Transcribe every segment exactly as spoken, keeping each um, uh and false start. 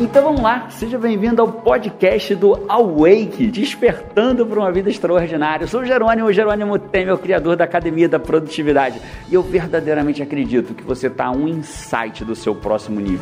Então vamos lá, seja bem-vindo ao podcast do Awake, despertando para uma vida extraordinária. Eu sou o Jerônimo, o Jerônimo Temer, o criador da Academia da Produtividade, e eu verdadeiramente acredito que você está a um insight do seu próximo nível.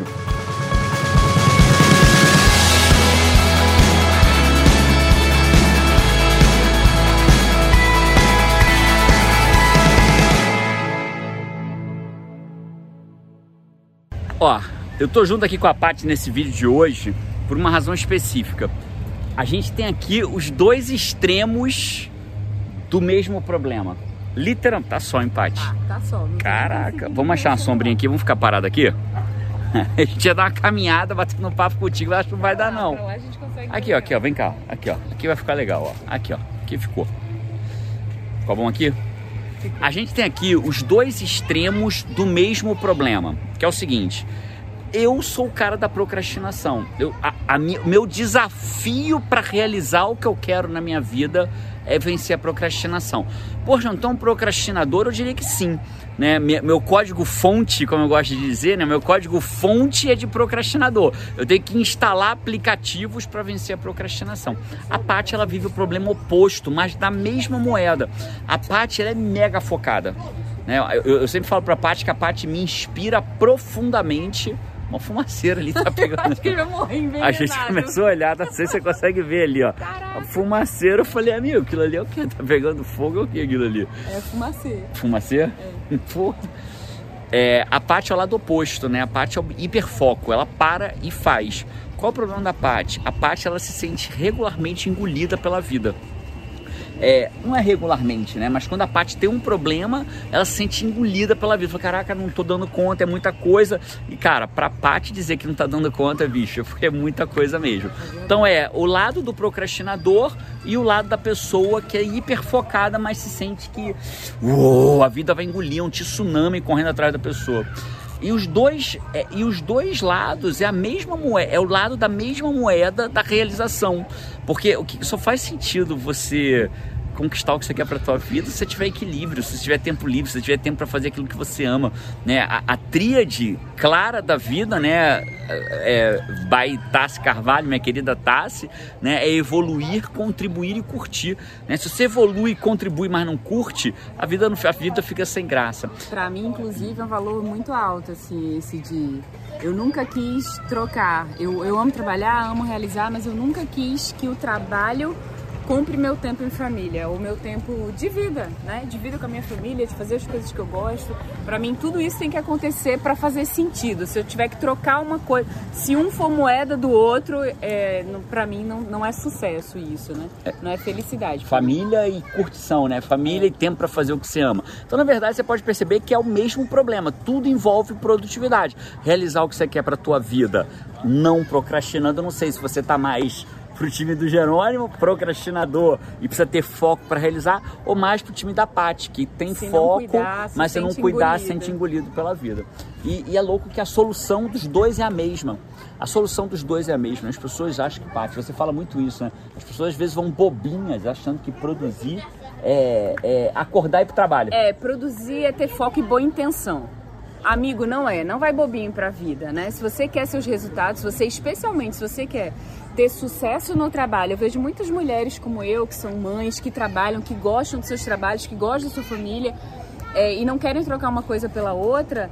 Ó, eu tô junto aqui com a Paty nesse vídeo de hoje por uma razão específica. A gente tem aqui os dois extremos do mesmo problema. Literalmente, tá só, hein, Paty? Ah, tá só. Caraca, vamos achar uma sombrinha aqui, vamos ficar parado aqui? A gente ia dar uma caminhada, batendo um papo contigo, acho que não vai dar não. Aqui, ó, aqui, ó, vem cá, aqui, ó, aqui vai ficar legal, ó, aqui, ó, aqui ficou. Ficou bom aqui? A gente tem aqui os dois extremos do mesmo problema, que é o seguinte: eu sou o cara da procrastinação. Eu, a, a mi, meu desafio para realizar o que eu quero na minha vida é vencer a procrastinação. Poxa, então procrastinador, eu diria que sim, né? Meu código fonte, como eu gosto de dizer, né? Meu código fonte é de procrastinador. Eu tenho que instalar aplicativos para vencer a procrastinação. A Paty, ela vive o problema oposto, mas da mesma moeda. A Paty, ela é mega focada, né? Eu, eu sempre falo para a Paty que a Paty me inspira profundamente. Uma fumaceira ali tá pegando. Eu acho que ele vai morrer envenenado. A gente começou a olhar, não sei se você consegue ver ali, ó. Caraca. A fumaceira, eu falei, amigo, aquilo ali é o quê? Tá pegando fogo, é o que aquilo ali? É fumacê. Fumacê? É. Pô. É, a Paty é o lado oposto, né? A Paty é o hiperfoco, ela para e faz. Qual o problema da Paty? A Paty, ela se sente regularmente engolida pela vida. É, não é regularmente, né? Mas quando a Paty tem um problema, ela se sente engolida pela vida. Fala, caraca, não tô dando conta, é muita coisa. E cara, pra Paty dizer que não tá dando conta, bicho, é muita coisa mesmo. Então é o lado do procrastinador e o lado da pessoa que é hiperfocada, mas se sente que uou, a vida vai engolir, um tsunami correndo atrás da pessoa. E os dois, é, e os dois lados é a mesma moeda, é o lado da mesma moeda da realização. Porque o que só faz sentido você conquistar o que você quer para a tua vida se você tiver equilíbrio, se você tiver tempo livre, se você tiver tempo para fazer aquilo que você ama, né? A, a tríade clara da vida, né? É, by Tassi Carvalho, minha querida Tassi, né? É evoluir, contribuir e curtir, né? Se você evolui, contribui, mas não curte, a vida, não, a vida fica sem graça. Para mim, inclusive, é um valor muito alto, assim, esse de... Eu nunca quis trocar. Eu, eu amo trabalhar, amo realizar, mas eu nunca quis que o trabalho compre meu tempo em família, o meu tempo de vida, né? De vida com a minha família, de fazer as coisas que eu gosto. Pra mim, tudo isso tem que acontecer pra fazer sentido. Se eu tiver que trocar uma coisa, se um for moeda do outro, é, pra mim não, não é sucesso isso, né? Não é felicidade. Família e curtição, né? Família é. E tempo pra fazer o que você ama. Então, na verdade, você pode perceber que é o mesmo problema. Tudo envolve produtividade. Realizar o que você quer pra tua vida, não procrastinando. Eu não sei se você tá mais pro time do Jerônimo, procrastinador e precisa ter foco para realizar, ou mais pro time da Paty, que tem se foco, cuidar, se mas se não cuidar, se sente engolido pela vida. E, e é louco que a solução dos dois é a mesma. A solução dos dois é a mesma. As pessoas acham que, Paty, você fala muito isso, né? As pessoas às vezes vão bobinhas, achando que produzir é, é acordar e ir pro trabalho. É, produzir é ter foco e boa intenção. Amigo, não é, não vai bobinho pra vida, né? Se você quer seus resultados, se você, especialmente se você quer ter sucesso no trabalho, eu vejo muitas mulheres como eu, que são mães, que trabalham, que gostam dos seus trabalhos, que gostam da sua família, é, e não querem trocar uma coisa pela outra,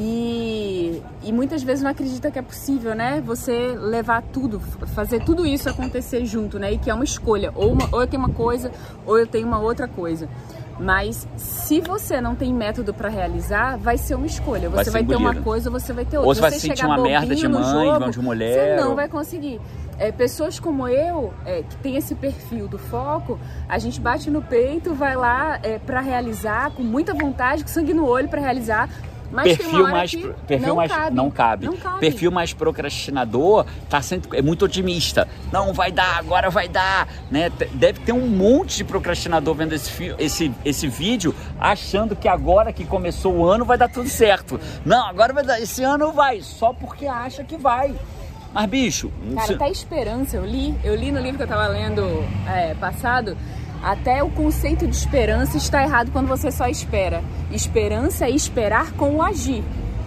e, e muitas vezes não acredita que é possível, né? Você levar tudo, fazer tudo isso acontecer junto, né? E que é uma escolha, ou, uma, ou eu tenho uma coisa, ou eu tenho uma outra coisa. Mas se você não tem método para realizar, vai ser uma escolha. Você vai, vai ter uma coisa ou você vai ter outra. Ou você vai se sentir uma merda de mãe, jogo, de mulher. Você não ou... vai conseguir. É, pessoas como eu, é, que tem esse perfil do foco, a gente bate no peito, vai lá é, para realizar, com muita vontade, com sangue no olho para realizar. Mas perfil mais perfil não, mais cabe, não, cabe. não cabe. Perfil mais procrastinador tá sendo é muito otimista. Não vai dar, agora vai dar, né? Deve ter um monte de procrastinador vendo esse esse esse vídeo, achando que agora que começou o ano vai dar tudo certo. Não, agora vai dar, esse ano vai, só porque acha que vai. Mas bicho, cara, se... tá esperança. Eu li, eu li no livro que eu tava lendo é, passado. Até o conceito de esperança está errado quando você só espera. Esperança é esperar com o agir.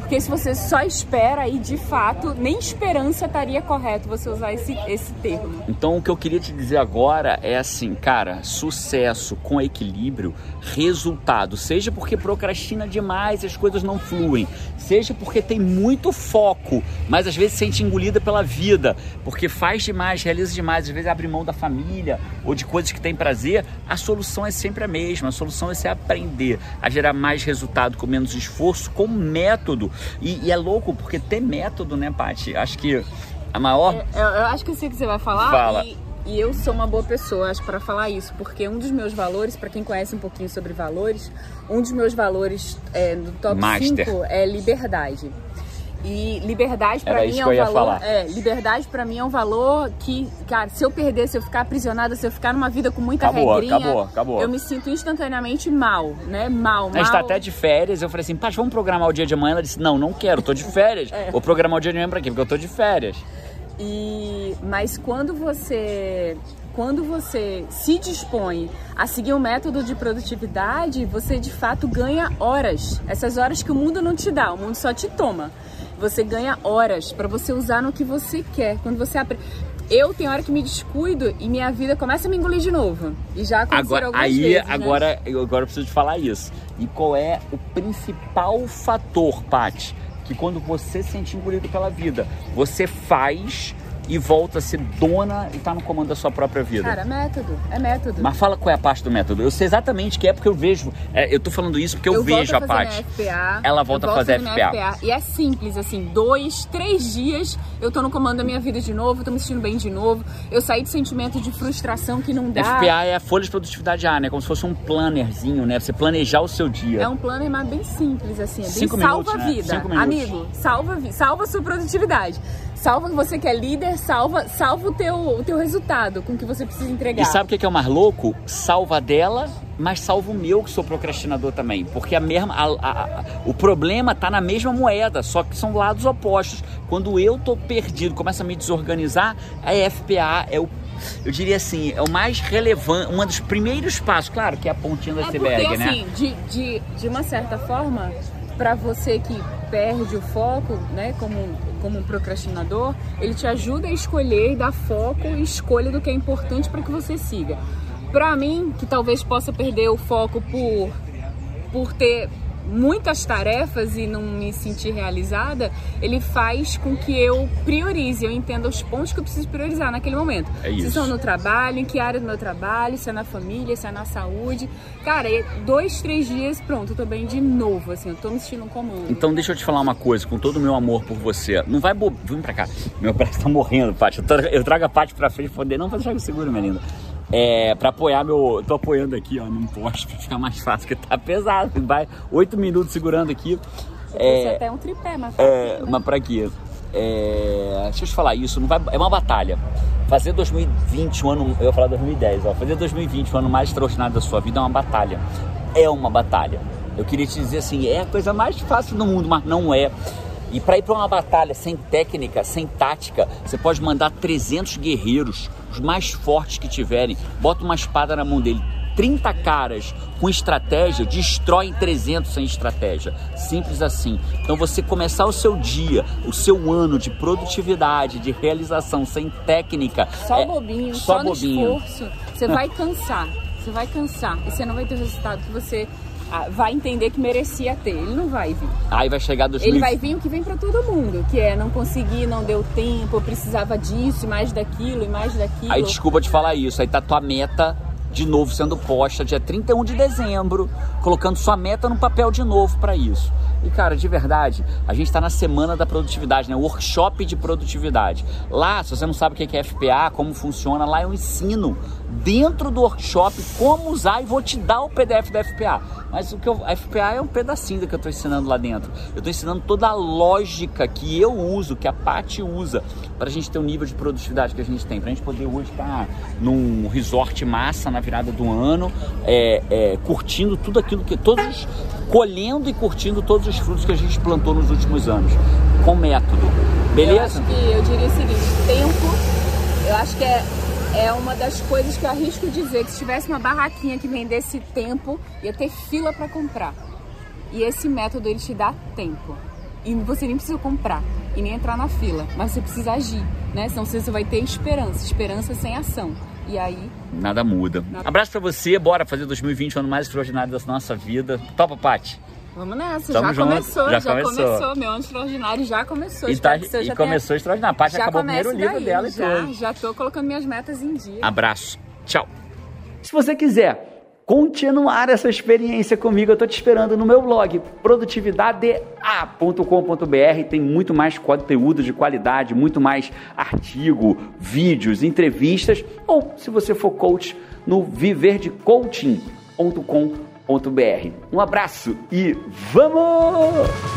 Porque se você só espera, e de fato, nem esperança estaria correto você usar esse, esse termo. Então o que eu queria te dizer agora é assim, cara, sucesso com equilíbrio, resultado, seja porque procrastina demais e as coisas não fluem, seja porque tem muito foco, mas às vezes se sente engolida pela vida, porque faz demais, realiza demais, às vezes abre mão da família ou de coisas que tem prazer, a solução é sempre a mesma, a solução é você aprender a gerar mais resultado com menos esforço, com método. E, e é louco, porque ter método, né, Paty? Acho que a maior... Eu, eu acho que eu sei o que você vai falar. Fala. E, e eu sou uma boa pessoa, acho, para falar isso. Porque um dos meus valores, para quem conhece um pouquinho sobre valores, um dos meus valores é, no top Master. cinco é liberdade. E liberdade pra Era mim isso é que um eu ia valor. falar. É, liberdade pra mim é um valor que, cara, se eu perder, se eu ficar aprisionada, se eu ficar numa vida com muita Acabou, regrinha, acabou, acabou. eu me sinto instantaneamente mal, né? Mal, mal. A gente tá até de férias, eu falei assim, Paty, vamos programar o dia de amanhã? Ela disse, não, não quero, tô de férias. É. Vou programar o dia de amanhã pra quê? Porque eu tô de férias. E mas quando você quando você se dispõe a seguir um método de produtividade, você de fato ganha horas. Essas horas que o mundo não te dá, o mundo só te toma. Você ganha horas para você usar no que você quer. Quando você aprende. Eu tenho hora que me descuido e minha vida começa a me engolir de novo. E já aconteceu Agora, algumas aí, vezes, agora, né? eu, agora eu preciso te falar isso. E qual é o principal fator, Paty, que quando você se sente engolido pela vida, você faz e volta a ser dona e tá no comando da sua própria vida? Cara, método, é método. Mas fala qual é a parte do método. Eu sei exatamente que é porque eu vejo. É, eu tô falando isso porque eu, eu vejo a volto a fazer Paty. minha F P A, Ela volta eu a fazer volto F P A. minha F P A. E é simples, assim, dois, três dias eu tô no comando da minha vida de novo, tô me sentindo bem de novo. Eu saí de sentimento de frustração que não dá. F P A é a folha de produtividade A, né? Como se fosse um plannerzinho, né? Você planejar o seu dia. É um planner, mas bem simples, assim, é bem Cinco salva minutos, a né? vida. Cinco minutos. Amigo, salva, vi- salva a sua produtividade. Salva que você que é líder, salva, salva o, teu, o teu resultado com o que você precisa entregar. E sabe o que é o mais louco? Salva dela, mas salva o meu, que sou procrastinador também. Porque a mesma, a, a, a, o problema tá na mesma moeda, só que são lados opostos. Quando eu tô perdido, começa a me desorganizar, a F P A é o, eu diria assim, é o mais relevante, um dos primeiros passos. Claro que é a pontinha do É iceberg, porque, né? assim, de, de, de uma certa forma, para você que perde o foco, né, como, como um procrastinador, ele te ajuda a escolher e dar foco e escolha do que é importante para que você siga. Para mim, que talvez possa perder o foco por, por ter muitas tarefas e não me sentir realizada, ele faz com que eu priorize, eu entenda os pontos que eu preciso priorizar naquele momento. É isso. Se são no trabalho, em que área do meu trabalho, se é na família, se é na saúde. Cara, e dois, três dias, pronto, eu tô bem de novo, assim, eu tô me sentindo um comando. Então deixa eu te falar uma coisa, com todo o meu amor por você, não vai bo... Vem pra cá, meu braço tá morrendo, Paty, eu, tra... eu trago a Paty pra frente e poder, não, faz o seguro, minha linda. É, pra apoiar meu... Eu tô apoiando aqui, ó, num poste pra ficar mais fácil, porque tá pesado, vai oito minutos segurando aqui. É, É, até um tripé, mas é, mas pra quê? É, deixa eu te falar isso, não vai, é uma batalha. Fazer dois mil e vinte, um ano, eu ia falar dois mil e dez, ó, fazer dois mil e vinte, o ano mais extraordinário da sua vida é uma batalha. É uma batalha. Eu queria te dizer assim, é a coisa mais fácil do mundo, mas não é. E para ir para uma batalha sem técnica, sem tática, você pode mandar trezentos guerreiros, os mais fortes que tiverem, bota uma espada na mão dele, trinta caras com estratégia, destroem trezentos sem estratégia. Simples assim. Então você começar o seu dia, o seu ano de produtividade, de realização sem técnica... Só é, bobinho, só, só bobinho. no esforço, você vai cansar. Você vai cansar e você não vai ter o resultado que você ah, vai entender que merecia ter. Ele não vai vir. Aí vai chegar dois mil e vinte. Ele vai vir o que vem pra todo mundo, que é não consegui, não deu tempo, eu precisava disso, e mais daquilo, e mais daquilo. Aí desculpa te falar isso, aí tá tua meta de novo sendo posta dia trinta e um de dezembro, colocando sua meta no papel de novo para isso. E cara, de verdade, a gente tá na semana da produtividade, né? Workshop de produtividade. Lá, se você não sabe o que é F P A, como funciona, lá eu ensino dentro do workshop como usar e vou te dar o P D F da F P A. Mas o que eu, a F P A é um pedacinho do que eu tô ensinando lá dentro. Eu tô ensinando toda a lógica que eu uso, que a Paty usa, pra gente ter o nível de produtividade que a gente tem, pra gente poder hoje estar num resort massa na virada do ano, é, é, curtindo tudo aquilo que todos, colhendo e curtindo todos os frutos que a gente plantou nos últimos anos, com método, beleza? Eu acho que eu diria o seguinte, tempo, eu acho que é, é uma das coisas que eu arrisco dizer, que se tivesse uma barraquinha que vendesse tempo, ia ter fila para comprar. E esse método, ele te dá tempo. e você nem precisa comprar e nem entrar na fila, mas você precisa agir, né? Senão você vai ter esperança, esperança sem ação. E aí... Nada muda. Nada... Abraço pra você, bora fazer dois mil e vinte, o ano mais extraordinário da nossa vida. Topa, Paty? Vamos nessa, Tamo já junto. começou, já, já começou. começou, meu ano extraordinário já começou. E, tá, e já começou tenha... extraordinário, a Paty já acabou o primeiro livro daí, dela e já, tudo. Já tô colocando minhas metas em dia. Abraço, tchau. Se você quiser continuar essa experiência comigo, eu tô te esperando no meu blog produtividade a ponto com ponto b r. Tem muito mais conteúdo de qualidade, muito mais artigo, vídeos, entrevistas, ou se você for coach, no viver de coaching ponto com ponto b r. Um abraço e vamos!